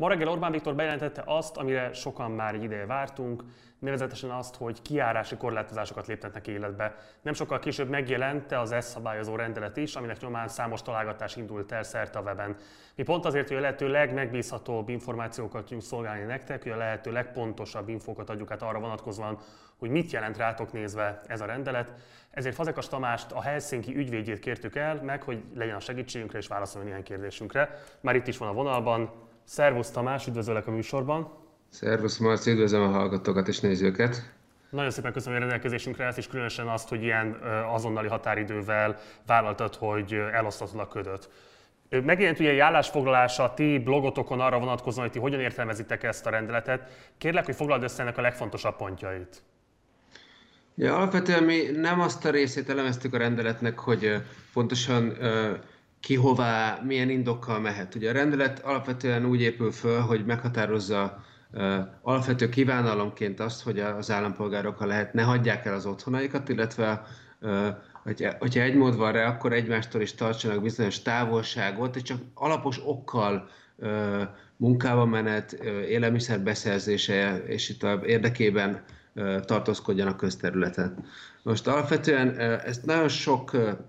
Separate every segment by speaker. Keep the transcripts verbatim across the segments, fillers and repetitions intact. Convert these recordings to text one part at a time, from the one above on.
Speaker 1: Ma reggel Orbán Viktor bejelentette azt, amire sokan már egy ideje vártunk, nevezetesen azt, hogy kijárási korlátozásokat léptetnek életbe. Nem sokkal később megjelent az ezt szabályozó rendelet is, aminek nyomán számos találgatás indult el szerte a weben. Mi pont azért, hogy a lehető legmegbízhatóbb információkat tudjuk szolgálni nektek, hogy a lehető legpontosabb infókat adjuk át arra vonatkozóan, hogy mit jelent rátok nézve ez a rendelet. Ezért Fazekas Tamást, a Helsinki ügyvédjét kértük el, meg hogy legyen a segítségünkre és válaszoljon néhány kérdésünkre. Már itt is van a vonalban. Szervusz Tamás, üdvözöllek a műsorban.
Speaker 2: Szervusz Marci, üdvözlöm a hallgatókat és nézőket.
Speaker 1: Nagyon szépen köszönöm a rendelkezésünkre ezt, és különösen azt, hogy ilyen azonnali határidővel vállaltad, hogy elosztatod a ködöt. Megjelent ugye egy állásfoglalás a ti blogotokon arra vonatkozóan, hogy ti hogyan értelmezitek ezt a rendeletet. Kérlek, hogy foglald össze ennek a legfontosabb pontjait.
Speaker 2: Ja, alapvetően mi nem azt a részét elemeztük a rendeletnek, hogy pontosan ki hová, milyen indokkal mehet. Ugye a rendelet alapvetően úgy épül föl, hogy meghatározza alapvető kívánalomként azt, hogy az állampolgárok, ha lehet, ne hagyják el az otthonaikat, illetve hogyha egy mód van rá, akkor egymástól is tartsanak bizonyos távolságot, és csak alapos okkal munkába menet, élelmiszer beszerzése és itt a érdekében tartózkodjanak közterületen. Most alapvetően ezt nagyon sok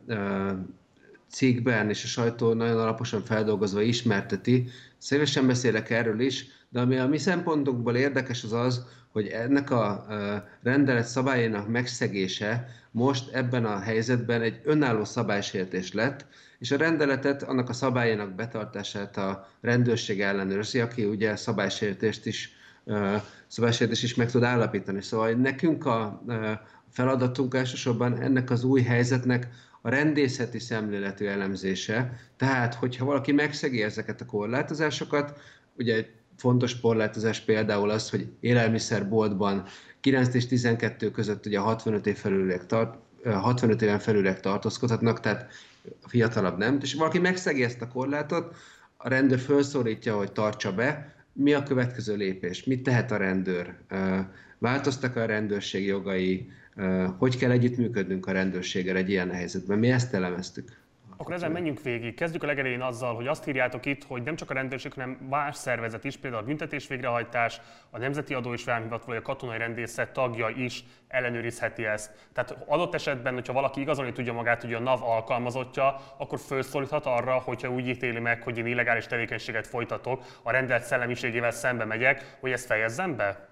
Speaker 2: cikkben és a sajtó nagyon alaposan feldolgozva ismerteti. Szívesen beszélek erről is, de ami a mi szempontunkból érdekes az az, hogy ennek a rendelet szabályainak megszegése most ebben a helyzetben egy önálló szabálysértés lett, és a rendeletet, annak a szabályainak betartását a rendőrség ellenőrzi, aki ugye szabálysértést is, szabálysértést is meg tud állapítani. Szóval nekünk a feladatunk elsősorban ennek az új helyzetnek a rendészeti szemléletű elemzése. Tehát, hogyha valaki megszegi ezeket a korlátozásokat, ugye egy fontos korlátozás például az, hogy élelmiszerboltban kilenc és tizenkettő között ugye hatvanöt év felüliek tart, hatvanöt éven felüliek tartózkodhatnak, tehát fiatalabb nem. És valaki megszegi ezt a korlátot, a rendőr felszólítja, hogy tartsa be. Mi a következő lépés? Mit tehet a rendőr? Változtak a rendőrség jogai? Hogy kell együttműködnünk a rendőrséggel egy ilyen helyzetben? Mi ezt elemeztük.
Speaker 1: Akkor ezen menjünk végig. Kezdjük a legelején azzal, hogy azt írjátok itt, hogy nem csak a rendőrség, hanem más szervezet is, például a büntetésvégrehajtás, a Nemzeti Adó és Vámhivatal vagy a Katonai Rendészet tagja is ellenőrizheti ezt. Tehát adott esetben, hogyha valaki igazolni tudja magát, hogy a NAV alkalmazottja, akkor felszólíthat arra, hogyha úgy ítéli meg, hogy én illegális tevékenységet folytatok, a rendelet szellemiségével szembe megyek, hogy ezt fejezzem be?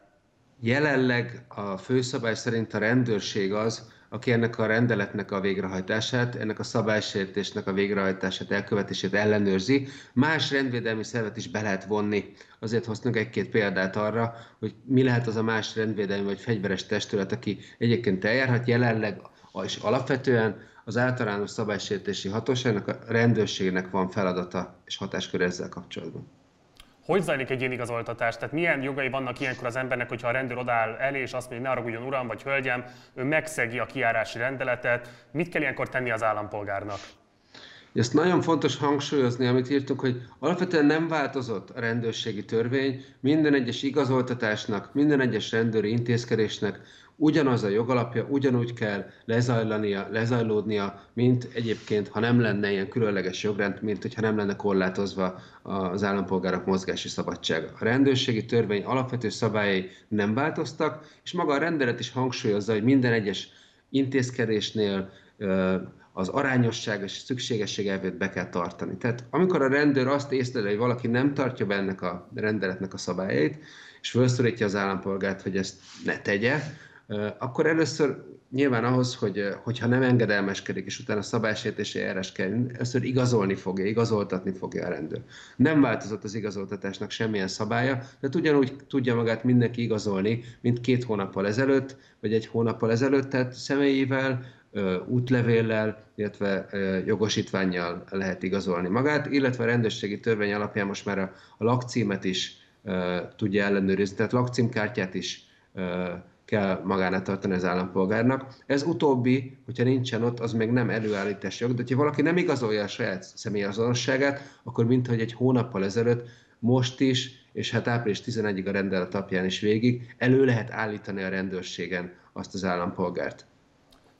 Speaker 2: Jelenleg a főszabály szerint a rendőrség az, aki ennek a rendeletnek a végrehajtását, ennek a szabálysértésnek a végrehajtását, elkövetését ellenőrzi. Más rendvédelmi szervet is be lehet vonni. Azért hoztunk egy-két példát arra, hogy mi lehet az a más rendvédelmi vagy fegyveres testület, aki egyébként eljárhat. Jelenleg és alapvetően az általános szabálysértési hatóságnak, a rendőrségnek van feladata és hatáskör ezzel kapcsolatban.
Speaker 1: Hogy zajlik egy ilyen igazoltatás? Tehát milyen jogai vannak ilyenkor az embernek, hogyha a rendőr odáll elé, és azt mondja, hogy ne haragudjon uram vagy hölgyem, ő megszegi a kijárási rendeletet. Mit kell ilyenkor tenni az állampolgárnak?
Speaker 2: Ezt nagyon fontos hangsúlyozni, amit írtunk, hogy alapvetően nem változott a rendőrségi törvény, minden egyes igazoltatásnak, minden egyes rendőri intézkedésnek ugyanaz a jogalapja, ugyanúgy kell lezajlania, lezajlódnia, mint egyébként, ha nem lenne ilyen különleges jogrend, mint hogyha nem lenne korlátozva az állampolgárok mozgási szabadsága. A rendőrségi törvény alapvető szabályai nem változtak, és maga a rendelet is hangsúlyozza, hogy minden egyes intézkedésnél az arányosság és szükségesség elvét be kell tartani. Tehát amikor a rendőr azt észleli, hogy valaki nem tartja be ennek a rendeletnek a szabályait, és felszólítja az állampolgárt, hogy ezt ne tegye, akkor először nyilván ahhoz, hogy, hogyha nem engedelmeskedik, és utána szabálysértési eljárás kell, először igazolni fogja, igazoltatni fogja a rendőr. Nem változott az igazoltatásnak semmilyen szabálya, de ugyanúgy tudja magát mindenki igazolni, mint két hónappal ezelőtt, vagy egy hónappal ezelőtt, tehát személyével, útlevéllel, illetve jogosítvánnyal lehet igazolni magát, illetve a rendőrségi törvény alapján most már a, a lakcímet is tudja ellenőrizni, tehát lakcímkártyát is kell magánál tartani az állampolgárnak. Ez utóbbi, hogyha nincsen ott, az még nem előállítás jog, de ha valaki nem igazolja a saját személyazonosságát, akkor minthogy egy hónappal ezelőtt, most is, és hát április tizenegyedikéig a rendelet alapján is végig, elő lehet állítani a rendőrségen azt az állampolgárt.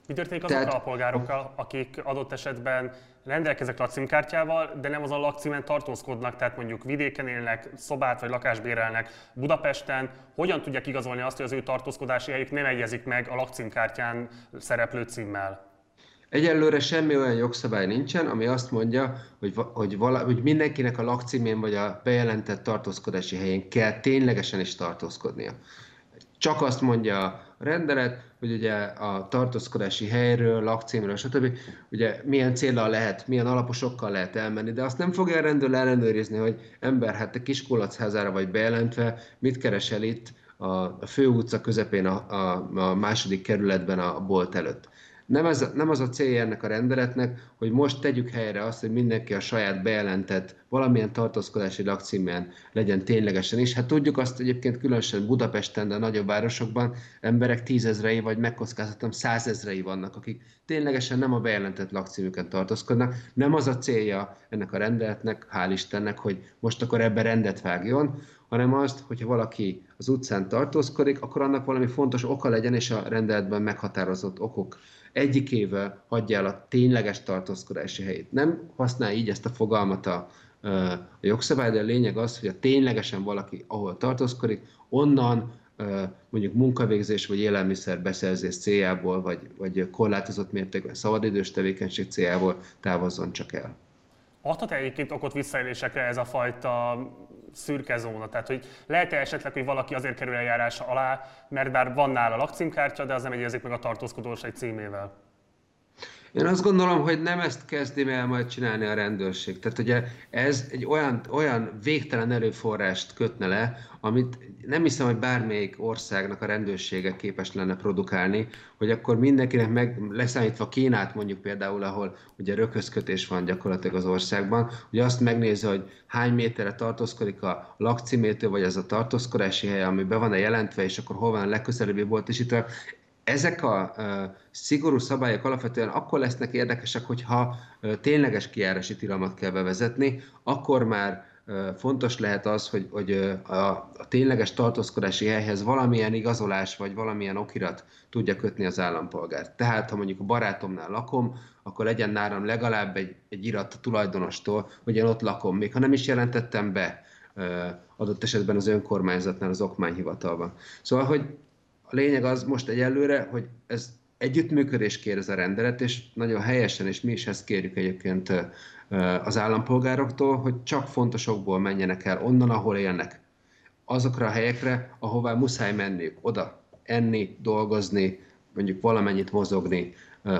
Speaker 1: Mi történik azokkal
Speaker 2: Tehát
Speaker 1: a polgárokkal, akik adott esetben rendelkeznek lakcímkártyával, de nem azon a lakcímen tartózkodnak, tehát mondjuk vidéken élnek, szobát vagy lakást bérelnek Budapesten, hogyan tudják igazolni azt, hogy az ő tartózkodási helyük nem egyezik meg a lakcímkártyán szereplő címmel?
Speaker 2: egyelőre semmi olyan jogszabály nincsen, ami azt mondja, hogy, hogy, vala, hogy mindenkinek a lakcímén vagy a bejelentett tartózkodási helyén kell ténylegesen is tartózkodnia. Csak azt mondja a rendelet, hogy ugye a tartózkodási helyről, lakcímről, stb. Ugye milyen céllal lehet, milyen alaposokkal lehet elmenni, de azt nem fogja a rendőr ellenőrizni, hogy ember, hát te Kiskolachházára vagy bejelentve, mit keresel itt a, a főutca közepén, a, a, a második kerületben a bolt előtt. Nem, ez, nem az a célja ennek a rendeletnek, hogy most tegyük helyre azt, hogy mindenki a saját bejelentett valamilyen tartózkodási lakcímen legyen ténylegesen is. Hát tudjuk azt egyébként különösen Budapesten, de a nagyobb városokban emberek tízezrei vagy megkockáztatom százezrei vannak, akik ténylegesen nem a bejelentett lakcímüken tartózkodnak. Nem az a célja ennek a rendeletnek, hál' Istennek, hogy most akkor ebbe rendet vágjon, hanem azt, hogyha valaki az utcán tartózkodik, akkor annak valami fontos oka legyen, és a rendeletben meghatározott okok egyikével hagyja el a tényleges tartózkodási helyét. Nem használ így ezt a fogalmat a, a jogszabály, de a lényeg az, hogy a ténylegesen valaki, ahol tartózkodik, onnan mondjuk munkavégzés vagy élelmiszerbeszerzés céljából, vagy, vagy korlátozott mértékben szabadidős tevékenység céljából távozzon csak el.
Speaker 1: Adhat egyébként okot visszaélésekre ez a fajta szürke zóna? Tehát, hogy lehet-e esetleg, hogy valaki azért kerül eljárás alá, mert bár van nála lakcímkártya, de az nem egyezik meg a tartózkodós egy címével?
Speaker 2: Én azt gondolom, hogy nem ezt kezdi el majd csinálni a rendőrség. Tehát ugye ez egy olyan, olyan végtelen erőforrást kötne le, amit nem hiszem, hogy bármelyik országnak a rendőrsége képes lenne produkálni, hogy akkor mindenkinek meg, leszámítva Kínát mondjuk például, ahol ugye rökhözkötés van gyakorlatilag az országban, hogy azt megnézi, hogy hány méterre tartózkodik a lakcímétől, vagy az a tartózkodási hely, ami be van jelentve, és akkor hol van a legközelebbi bolt, és itt ezek a uh, szigorú szabályok alapvetően akkor lesznek érdekesek, hogyha uh, tényleges kijárási tilalmat kell bevezetni, akkor már uh, fontos lehet az, hogy, hogy uh, a, a tényleges tartózkodási helyhez valamilyen igazolás vagy valamilyen okirat tudja kötni az állampolgárt. Tehát, ha mondjuk a barátomnál lakom, akkor legyen nálam legalább egy, egy irat a tulajdonostól, hogy én ott lakom, még ha nem is jelentettem be uh, adott esetben az önkormányzatnál, az okmányhivatalban. Szóval, hogy a lényeg az most egyelőre, hogy ez együttműködés kér ez a rendelet, és nagyon helyesen, és mi is ezt kérjük egyébként az állampolgároktól, hogy csak fontosokból menjenek el onnan, ahol élnek. Azokra a helyekre, ahová muszáj menniük, oda enni, dolgozni, mondjuk valamennyit mozogni.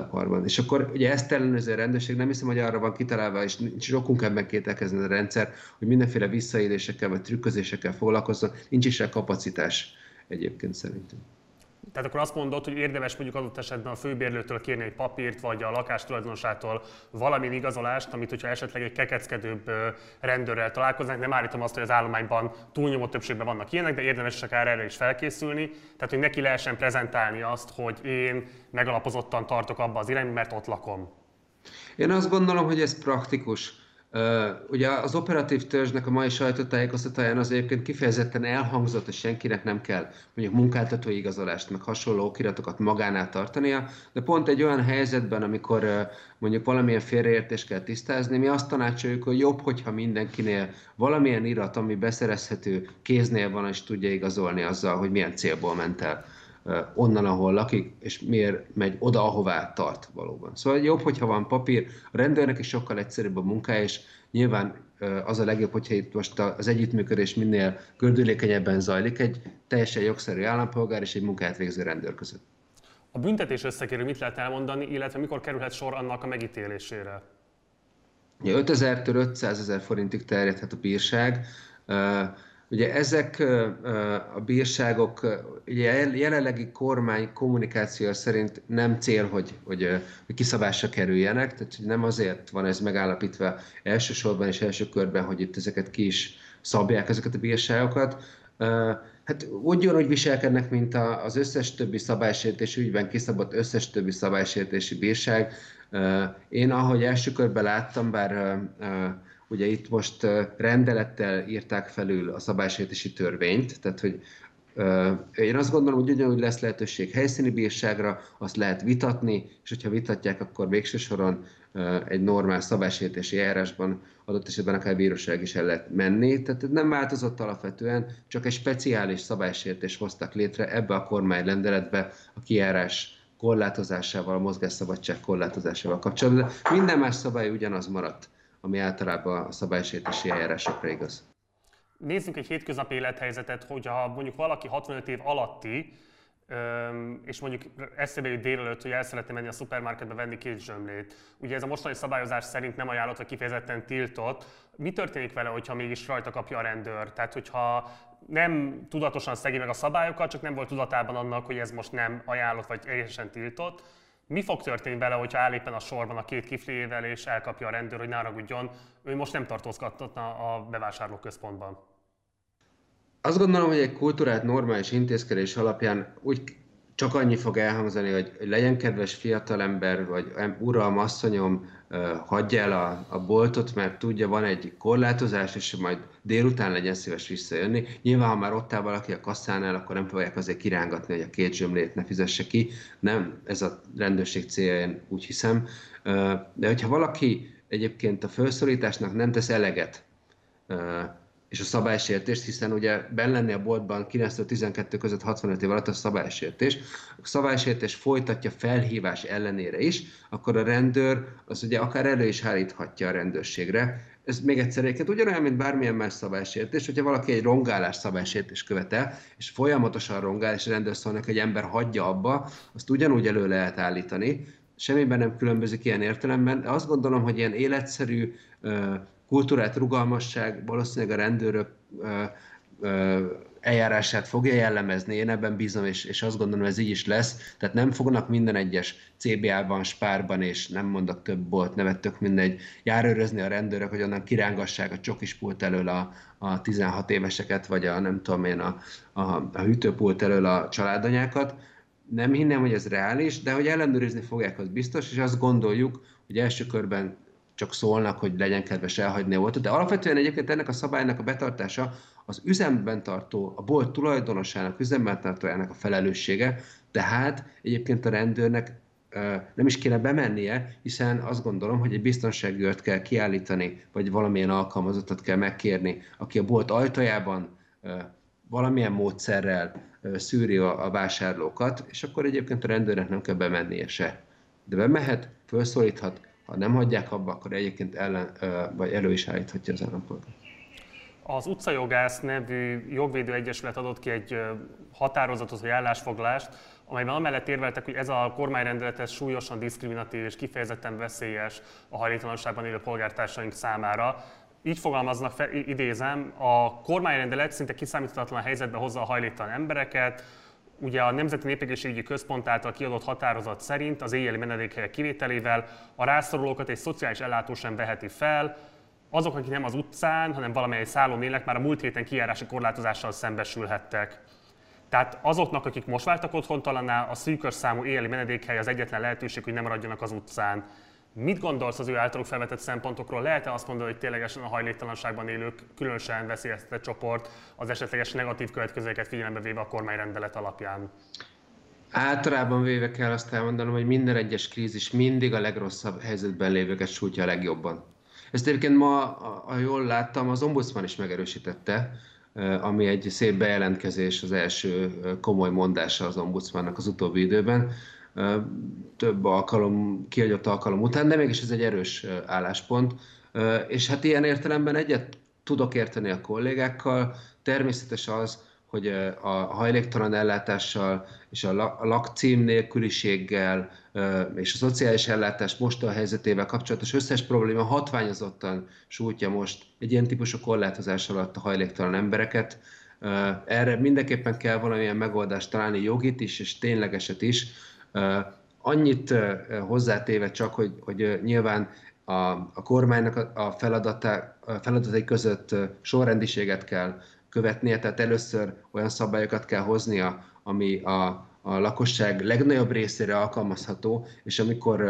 Speaker 2: És akkor ugye ezt ellenőrző a rendőrség, nem hiszem, hogy arra van kitalálva, és nincs okunk ebben kételkezni a rendszer, hogy mindenféle visszaélésekkel vagy trükközésekkel foglalkozzon, nincs is rá kapacitás egyébként szerintem.
Speaker 1: Tehát akkor azt mondod, hogy érdemes mondjuk adott esetben a főbérlőtől kérni egy papírt, vagy a lakástulajdonosától valamilyen igazolást, amit hogyha esetleg egy kekeckedőbb rendőrrel találkoznak, nem állítom azt, hogy az állományban túlnyomó többségben vannak ilyenek, de érdemes akár erre is felkészülni, tehát hogy neki lehessen prezentálni azt, hogy én megalapozottan tartok abba az irányba, mert ott lakom.
Speaker 2: Én azt gondolom, hogy ez praktikus. Uh, ugye az operatív törzsnek a mai sajtótájékoztatóján az egyébként kifejezetten elhangzott, hogy senkinek nem kell mondjuk munkáltatói igazolást, meg hasonló okiratokat magánál tartania, de pont egy olyan helyzetben, amikor uh, mondjuk valamilyen félreértést kell tisztázni, mi azt tanácsoljuk, hogy jobb, hogyha mindenkinél valamilyen irat, ami beszerezhető kéznél van, és tudja igazolni azzal, hogy milyen célból ment el onnan, ahol lakik, és miért megy oda, ahová tart valóban. Szóval jobb, hogyha van papír, a rendőrnek is sokkal egyszerűbb a munkája, és nyilván az a legjobb, hogyha itt most az együttműködés minél gördülékenyebben zajlik egy teljesen jogszerű állampolgár és egy munkát végző rendőr között.
Speaker 1: A büntetés összegéről mit lehet elmondani, illetve mikor kerülhet sor annak a megítélésére?
Speaker 2: ötezertől ötszázezer forintig terjedhet a bírság. Ugye ezek a bírságok, ugye jelenlegi kormány kommunikáció szerint nem cél, hogy, hogy, hogy kiszabásra kerüljenek, tehát nem azért van ez megállapítva elsősorban és első körben, hogy itt ezeket ki is szabják, ezeket a bírságokat. Hát úgy jön, hogy viselkednek, mint az összes többi szabálysértési ügyben kiszabott összes többi szabálysértési bírság. Én, ahogy első körben láttam, bár ugye itt most rendelettel írták felül a szabálysértési törvényt, tehát hogy Én azt gondolom, hogy ugyanúgy lesz lehetőség helyszíni bírságra, azt lehet vitatni, és hogyha vitatják, akkor végső soron egy normál szabálysértési eljárásban adott esetben akár bíróság is el lehet menni. Tehát nem változott alapvetően, csak egy speciális szabálysértést hoztak létre ebbe a kormányrendeletbe a kijárás korlátozásával, a mozgásszabadság korlátozásával kapcsolatban. De minden más szabály ugyanaz maradt, ami általában a szabálysértési eljárásokra igaz.
Speaker 1: Nézzünk egy hétköznapi élethelyzetet, hogyha mondjuk valaki hatvanöt év alatti, és mondjuk eszébe jut délelőtt, hogy el szeretne menni a szupermarketbe venni két zsömlét. Ugye ez a mostani szabályozás szerint nem ajánlott, vagy kifejezetten tiltott. Mi történik vele, hogyha mégis rajta kapja a rendőr? Tehát, hogyha nem tudatosan szegi meg a szabályokat, csak nem volt tudatában annak, hogy ez most nem ajánlott, vagy teljesen tiltott. Mi fog történni vele, hogyha áll éppen a sorban a két kifliével, és elkapja a rendőr, hogy ne haragudjon, ő most nem tartózkodhatna a bevásárlóközpontban?
Speaker 2: Azt gondolom, hogy egy kultúrált, normális intézkedés alapján úgy csak annyi fog elhangzani, hogy legyen kedves fiatalember, vagy uram, asszonyom, hagyja el a, a boltot, mert tudja, van egy korlátozás, és majd délután legyen szíves visszajönni. Nyilván, ha már ott áll valaki a kasszánál, akkor nem fogják azért kirángatni, hogy a két zsömlét ne fizesse ki. Nem, ez a rendőrség célja, én úgy hiszem. De hogyha valaki egyébként a felszólításnak nem tesz eleget, és a szabálysértést, hiszen ugye benn lenni a boltban kilenctől tizenkettő között hatvanöt év alatt a szabálysértés. A szabálysértés folytatja felhívás ellenére is, akkor a rendőr az ugye akár elő is háríthatja a rendőrségre. Ez még egyszer egyébként ugyanolyan, mint bármilyen más szabálysértés, hogyha valaki egy rongálás szabálysértés követel, és folyamatosan rongál, és a rendőr szólnak, hogy egy ember hagyja abba, azt ugyanúgy elő lehet állítani. Semmiben nem különbözik ilyen értelemben, de azt gondolom, hogy ilyen életszerű, kultúrát, rugalmasság valószínűleg a rendőrök ö, ö, eljárását fogja jellemezni, én ebben bízom, és, és azt gondolom, ez így is lesz. Tehát nem fognak minden egyes cé bé á-ban, Spárban, és nem mondok több bolt nevet, tök mindegy, járőrözni a rendőrök, hogy onnan kirángassák a csokispult elől a, a tizenhat éveseket, vagy a nem tudom én, a, a, a hűtőpult elől a családanyákat. Nem hinnem, hogy ez reális, de hogy ellenőrizni fogják, az biztos, és azt gondoljuk, hogy első körben csak szólnak, hogy legyen kedves elhagyni a boltot. De alapvetően egyébként ennek a szabálynak a betartása az üzemben tartó, a bolt tulajdonosának, üzemben tartójának a felelőssége, tehát egyébként a rendőrnek nem is kéne bemennie, hiszen azt gondolom, hogy egy biztonsági őrt kell kiállítani, vagy valamilyen alkalmazottat kell megkérni, aki a bolt ajtajában valamilyen módszerrel szűri a vásárlókat, és akkor egyébként a rendőrnek nem kell bemennie se. De bemehet, felszólíthat, ha nem hagyják abba, akkor egyébként ellen, vagy elő is állíthatja az állampolgár.
Speaker 1: Az Utcajogász nevű jogvédő egyesület adott ki egy határozatot, vagy állásfoglalást, amelyben amellett érveltek, hogy ez a kormányrendelet ez súlyosan diszkriminatív és kifejezetten veszélyes a hajléktalanságban élő polgártársaink számára. Így fogalmaznak fel, idézem, a kormányrendelet szinte kiszámíthatatlan helyzetbe hozza a hajléktalan embereket. Ugye a Nemzeti Népegészségügyi Központ által kiadott határozat szerint az éjjeli menedékhelyek kivételével a rászorulókat egy szociális ellátó sem veheti fel. Azok, akik nem az utcán, hanem valamely szállón élnek, már a múlt héten kijárási korlátozással szembesülhettek. Tehát azoknak, akik most váltak otthontalanná, a szűkös számú éjjeli menedékhely az egyetlen lehetőség, hogy nem maradjanak az utcán. Mit gondolsz az ő általuk felvetett szempontokról? Lehet-e azt mondani, hogy ténylegesen a hajléktalanságban élők különösen veszélyeztetett csoport az esetleges negatív következményeket figyelembe véve a kormányrendelet alapján?
Speaker 2: Általában véve kell azt elmondanom, hogy minden egyes krízis mindig a legrosszabb helyzetben lévőket sújtja a legjobban. Ezt egyébként ma, ha jól láttam, az ombudsman is megerősítette, ami egy szép bejelentkezés, az első komoly mondása az ombudsmannak az utóbbi időben. Több alkalom, kiadott alkalom után, de mégis ez egy erős álláspont. És hát ilyen értelemben egyet tudok érteni a kollégákkal. Természetes az, hogy a hajléktalan ellátással és a lakcím nélküliséggel és a szociális ellátás mostani helyzetével kapcsolatos összes probléma hatványozottan sújtja most egy ilyen típusú korlátozás alatt a hajléktalan embereket. Erre mindenképpen kell valamilyen megoldást találni, jogit is és ténylegeset is. Annyit hozzátéve csak, hogy, hogy nyilván a, a kormánynak a, feladata, a feladatai között sorrendiséget kell követnie, tehát először olyan szabályokat kell hoznia, ami a, a lakosság legnagyobb részére alkalmazható, és amikor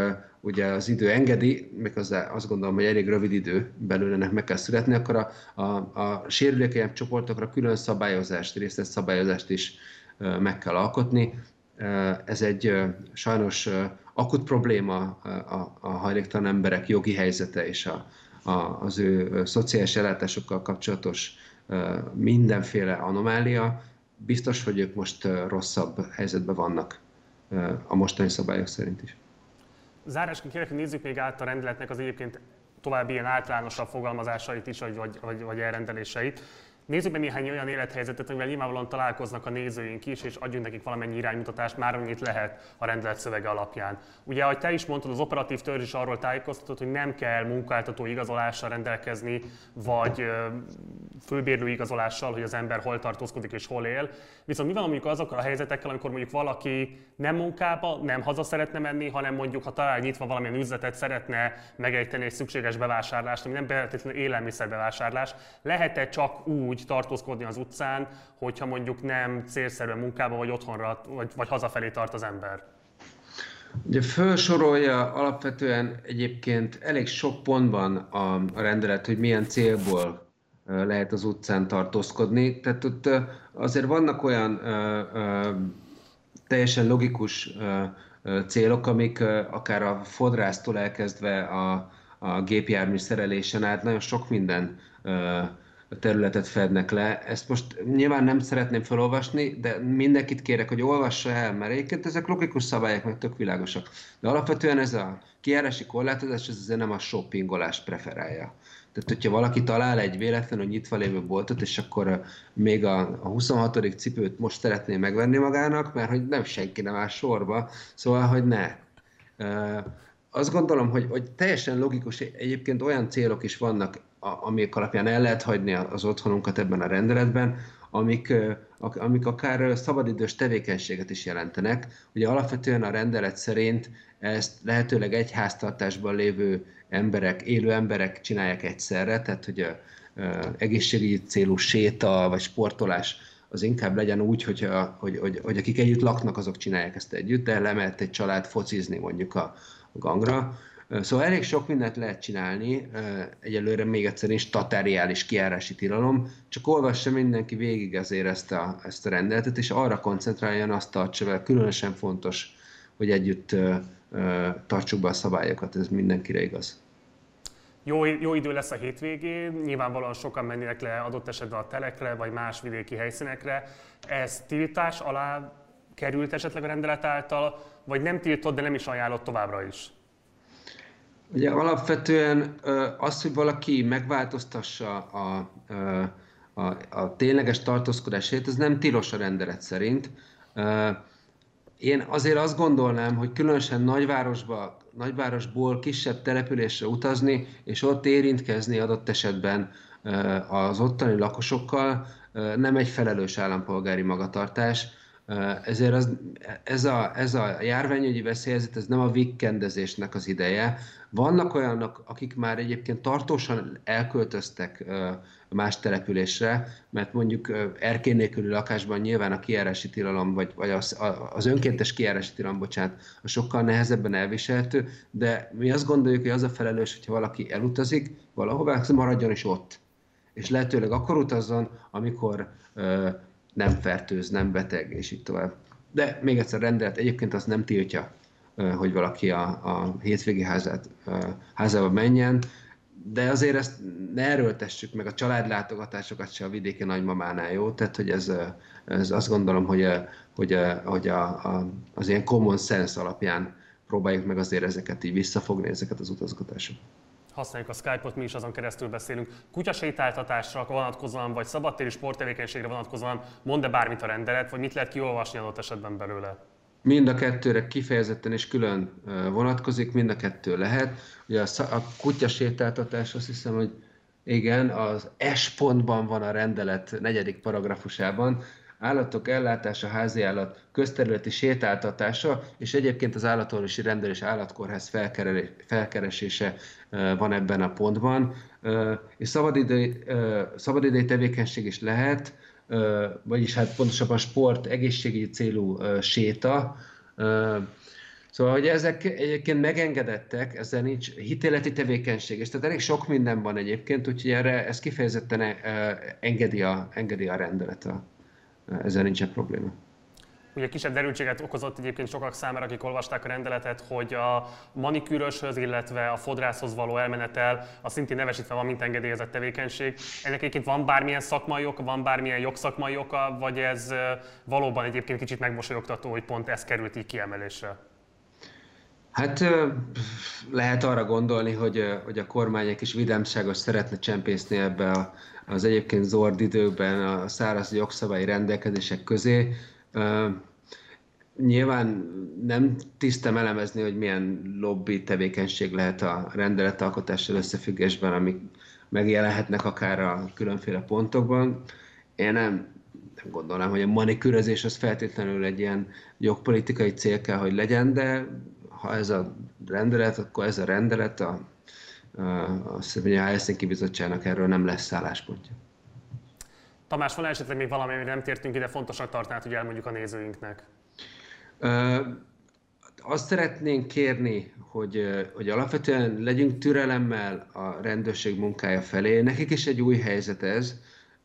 Speaker 2: ugye az idő engedi, méghozzá azt gondolom, hogy elég rövid idő belül ennek meg kell születni, akkor a, a, a sérülékenyebb csoportokra külön szabályozást, részlet szabályozást is meg kell alkotni. Ez egy sajnos akut probléma a, a hajléktalan emberek jogi helyzete és a, a, az ő szociális ellátásokkal kapcsolatos mindenféle anomália. Biztos, hogy ők most rosszabb helyzetben vannak a mostani szabályok szerint is.
Speaker 1: Zárásként kérlek, hogy nézzük még át a rendeletnek az egyébként további ilyen általánosabb fogalmazásait is, vagy, vagy, vagy elrendeléseit. Nézzük meg néhány olyan élethelyzetet, amivel nyilvánvalóan találkoznak a nézőink is, és adjunk nekik valamennyi iránymutatást, már amennyit lehet a rendelet szövege alapján. Ugye, ahogy te is mondtad, az operatív törzs is arról tájékoztatott, hogy nem kell munkáltató igazolással rendelkezni, vagy főbérlő igazolással, hogy az ember hol tartózkodik és hol él. Viszont mi van mondjuk azokkal a helyzetekkel, amikor mondjuk valaki nem munkába, nem haza szeretne menni, hanem mondjuk, ha talál nyitva valamilyen üzletet, szeretne megejteni egy szükséges bevásárlást, ami nem feltétlenül élelmiszerbevásárlás, lehet-e csak úgy tartózkodni az utcán, hogyha mondjuk nem célszerűen munkába vagy otthonra, vagy, vagy hazafelé tart az ember?
Speaker 2: Ugye felsorolja alapvetően egyébként elég sok pontban a, a rendelet, hogy milyen célból lehet az utcán tartózkodni. Tehát ott azért vannak olyan ö, ö, teljesen logikus ö, ö, célok, amik ö, akár a fodrásztól elkezdve a, a gépjármű szerelésen át nagyon sok minden ö, területet fednek le. Ezt most nyilván nem szeretném felolvasni, de mindenkit kérek, hogy olvassa el, mert egyébként ezek logikus szabályok, meg tök világosak. De alapvetően ez a kijárási korlátozás, ez azért nem a shoppingolást preferálja. Tehát, hogyha valaki talál egy véletlenül nyitva lévő boltot, és akkor még a, a huszonhatodik cipőt most szeretné megvenni magának, mert hogy nem senki nem áll sorba, szóval, hogy ne. Azt gondolom, hogy, hogy teljesen logikus, egyébként olyan célok is vannak, amik alapján el lehet hagyni az otthonunkat ebben a rendeletben, amik, amik akár szabadidős tevékenységet is jelentenek. Ugye alapvetően a rendelet szerint ezt lehetőleg egy háztartásban lévő emberek, élő emberek csinálják egyszerre, tehát hogy a, a egészségügyi célú séta vagy sportolás az inkább legyen úgy, hogy, a, hogy, hogy, hogy akik együtt laknak, azok csinálják ezt együtt, de lemehet egy család focizni mondjuk a, a gangra. Szóval elég sok mindent lehet csinálni, egyelőre még egyszer is statáriális kijárási tilalom, csak olvassa mindenki végig azért ezt a, ezt a rendeletet, és arra koncentráljon, azt tartsa vele, különösen fontos, hogy együtt tartsuk be a szabályokat, ez mindenkire igaz.
Speaker 1: Jó, jó idő lesz a hétvégén, nyilvánvalóan sokan mennének le adott esetben a telekre, vagy más vidéki helyszínekre. Ez tiltás alá került esetleg a rendelet által, vagy nem tiltott, de nem is ajánlott továbbra is?
Speaker 2: Ugye alapvetően az, hogy valaki megváltoztassa a, a, a, a tényleges tartózkodását, ez nem tilos a rendelet szerint. Én azért azt gondolnám, hogy különösen nagyvárosba, nagyvárosból kisebb településre utazni, és ott érintkezni adott esetben az ottani lakosokkal nem egy felelős állampolgári magatartás. Ezért az, ez, a, ez a járványügyi veszélyhelyzet, ez nem a weekendezésnek az ideje. Vannak olyanok, akik már egyébként tartósan elköltöztek más településre, mert mondjuk erkély nélküli lakásban nyilván a kijárási tilalom, vagy, vagy az, az önkéntes kijárási tilalom, bocsánat, a sokkal nehezebben elviselhető, de mi azt gondoljuk, hogy az a felelős, hogyha valaki elutazik valahová, maradjon is ott. És lehetőleg akkor utazzon, amikor nem fertőz, nem beteg, és így tovább. De még egyszer rendelet, egyébként azt nem tiltja, hogy valaki a, a hétvégi házát, házába menjen, de azért ezt ne erőltessük meg a családlátogatásokat se a vidéki nagymamánál, jó? Tehát, hogy ez, ez azt gondolom, hogy, hogy, hogy a, a, az ilyen common sense alapján próbáljuk meg azért ezeket így visszafogni, ezeket az utazgatásokat.
Speaker 1: Használjuk a Skype-ot, mi is azon keresztül beszélünk. Kutyasétáltatásra vonatkozóan, vagy szabadtéri sporttevékenységre vonatkozóan mond-e bármit a rendelet, vagy mit lehet kiolvasni adott esetben belőle?
Speaker 2: Mind a kettőre kifejezetten és külön vonatkozik, mind a kettő lehet. Ugye a, a kutyasétáltatás, azt hiszem, hogy igen, az S pontban van a rendelet negyedik paragrafusában, állatok ellátása, házi állat, közterületi sétáltatása, és egyébként az állatorvosi rendelés állatkórház felkeresése van ebben a pontban. És szabadidő, szabadidői tevékenység is lehet, vagyis hát pontosabban sport, egészségügyi célú séta. Szóval, hogy ezek egyébként megengedettek, ezzel nincs hitéleti tevékenység, és tehát elég sok minden van egyébként, úgyhogy erre ez kifejezetten engedi a, engedi a rendelet, a, ezzel nincsen probléma.
Speaker 1: Ugye kisebb derültséget okozott egyébként sokak számára, akik olvasták a rendeletet, hogy a manikűröshöz, illetve a fodrászhoz való elmenetel a szintén nevesítve van, mint engedélyezett tevékenység. Ennek egyébként van bármilyen szakmai oka, van bármilyen jogszakmai oka, vagy ez valóban egyébként kicsit megmosolyogtató, hogy pont ez került így kiemelésre?
Speaker 2: Hát lehet arra gondolni, hogy, hogy a kormány egy kis vidámságos szeretne csempészni ebbe az egyébként zord időkben a száraz jogszabályi rendelkezések közé. Nyilván nem tisztem elemezni, hogy milyen lobby tevékenység lehet a rendeletalkotással összefüggésben, amik megjelenhetnek akár a különféle pontokban. Én nem, nem gondolnám, hogy a manikűrözés az feltétlenül egy ilyen jogpolitikai cél kell, hogy legyen, de ha ez a rendelet, akkor ez a rendelet, a, a, a, a Helsinki Bizottságnak erről nem lesz álláspontja.
Speaker 1: Tamás, van esetleg még valami, amire nem tértünk ide, fontosnak tartanád, hogy elmondjuk a nézőinknek?
Speaker 2: Ö, azt szeretnénk kérni, hogy, hogy alapvetően legyünk türelemmel a rendőrség munkája felé. Nekik is egy új helyzet ez,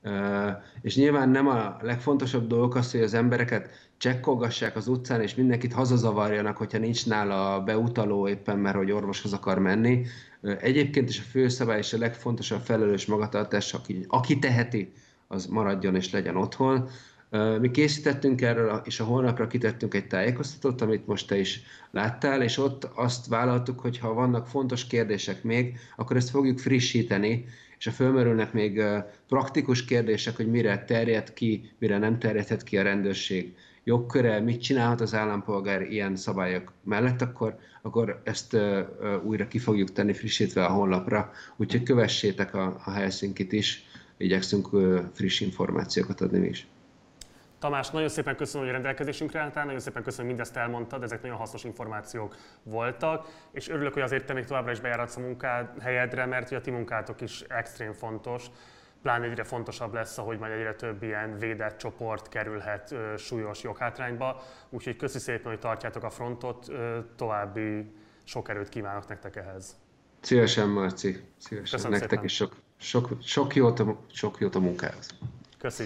Speaker 2: és nyilván nem a legfontosabb dolog az, hogy az embereket csekkolgassák az utcán, és mindenkit hazazavarjanak, hogyha nincs nála a beutaló éppen, mert hogy orvoshoz akar menni. Egyébként is a főszabály és a legfontosabb felelős magatartás, aki, aki teheti, az maradjon és legyen otthon. Mi készítettünk erről, és a honlapra kitettünk egy tájékoztatót, amit most te is láttál, és ott azt vállaltuk, hogy ha vannak fontos kérdések még, akkor ezt fogjuk frissíteni, és ha fölmerülnek még praktikus kérdések, hogy mire terjed ki, mire nem terjedhet ki a rendőrség jogköre, mit csinálhat az állampolgár ilyen szabályok mellett, akkor, akkor ezt újra ki fogjuk tenni frissítve a honlapra. Úgyhogy kövessétek a, a Helsinkit is, igyekszünk friss információkat adni mi is.
Speaker 1: Tamás, nagyon szépen köszönöm, hogy rendelkezésünkre álltál, nagyon szépen köszönöm, hogy mindezt elmondtad, ezek nagyon hasznos információk voltak, és örülök, hogy azért te még továbbra is bejáratsz a munkahelyedre, mert hogy a ti munkátok is extrém fontos, pláne egyre fontosabb lesz, ahogy majd egyre több ilyen védett csoport kerülhet ö, súlyos joghátrányba, úgyhogy köszi szépen, hogy tartjátok a frontot, ö, további sok erőt kívánok nektek ehhez.
Speaker 2: Szívesen, Marci, szívesen.
Speaker 1: Köszönöm
Speaker 2: nektek
Speaker 1: szépen.
Speaker 2: is sok, sok, sok, jót a, sok jót a munkához.
Speaker 1: Köszi.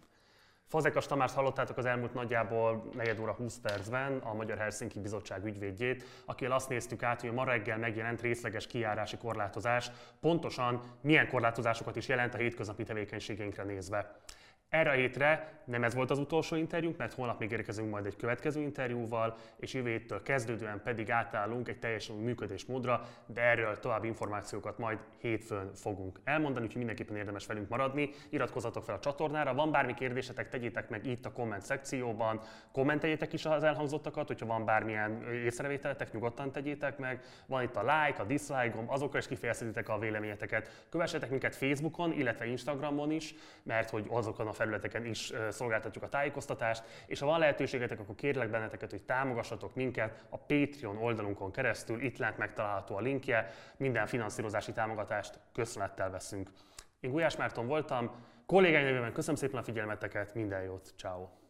Speaker 1: Fazekas Tamást hallottátok az elmúlt nagyjából negyed óra húsz percben, a Magyar Helsinki Bizottság ügyvédjét, akivel azt néztük át, hogy ma reggel megjelent részleges kijárási korlátozás pontosan milyen korlátozásokat is jelent a hétköznapi tevékenységeinkre nézve. Erre a hétre nem ez volt az utolsó interjúnk, mert holnap még érkezünk majd egy következő interjúval, és jövő héttől kezdődően pedig átállunk egy teljesen új működésmódra, de erről további információkat majd hétfőn fogunk elmondani, úgyhogy mindenképpen érdemes velünk maradni. Iratkozzatok fel a csatornára, van bármi kérdésetek, tegyétek meg itt a komment szekcióban, kommenteljétek is az elhangzottakat, hogyha van bármilyen észrevételetek, nyugodtan tegyétek meg. Van itt a like, a dislike gomb, azokra is kifejezhetitek a véleményeteket. Kövessetek minket Facebookon, illetve Instagramon is, mert hogy azokon a felületeken is szolgáltatjuk a tájékoztatást, és ha van lehetőségetek, akkor kérlek benneteket, hogy támogassatok minket a Patreon oldalunkon keresztül, itt lent megtalálható a linkje, minden finanszírozási támogatást köszönettel veszünk. Én Gulyás Márton voltam, kollégáim nevében köszönöm szépen a figyelmeteket, minden jót, ciao.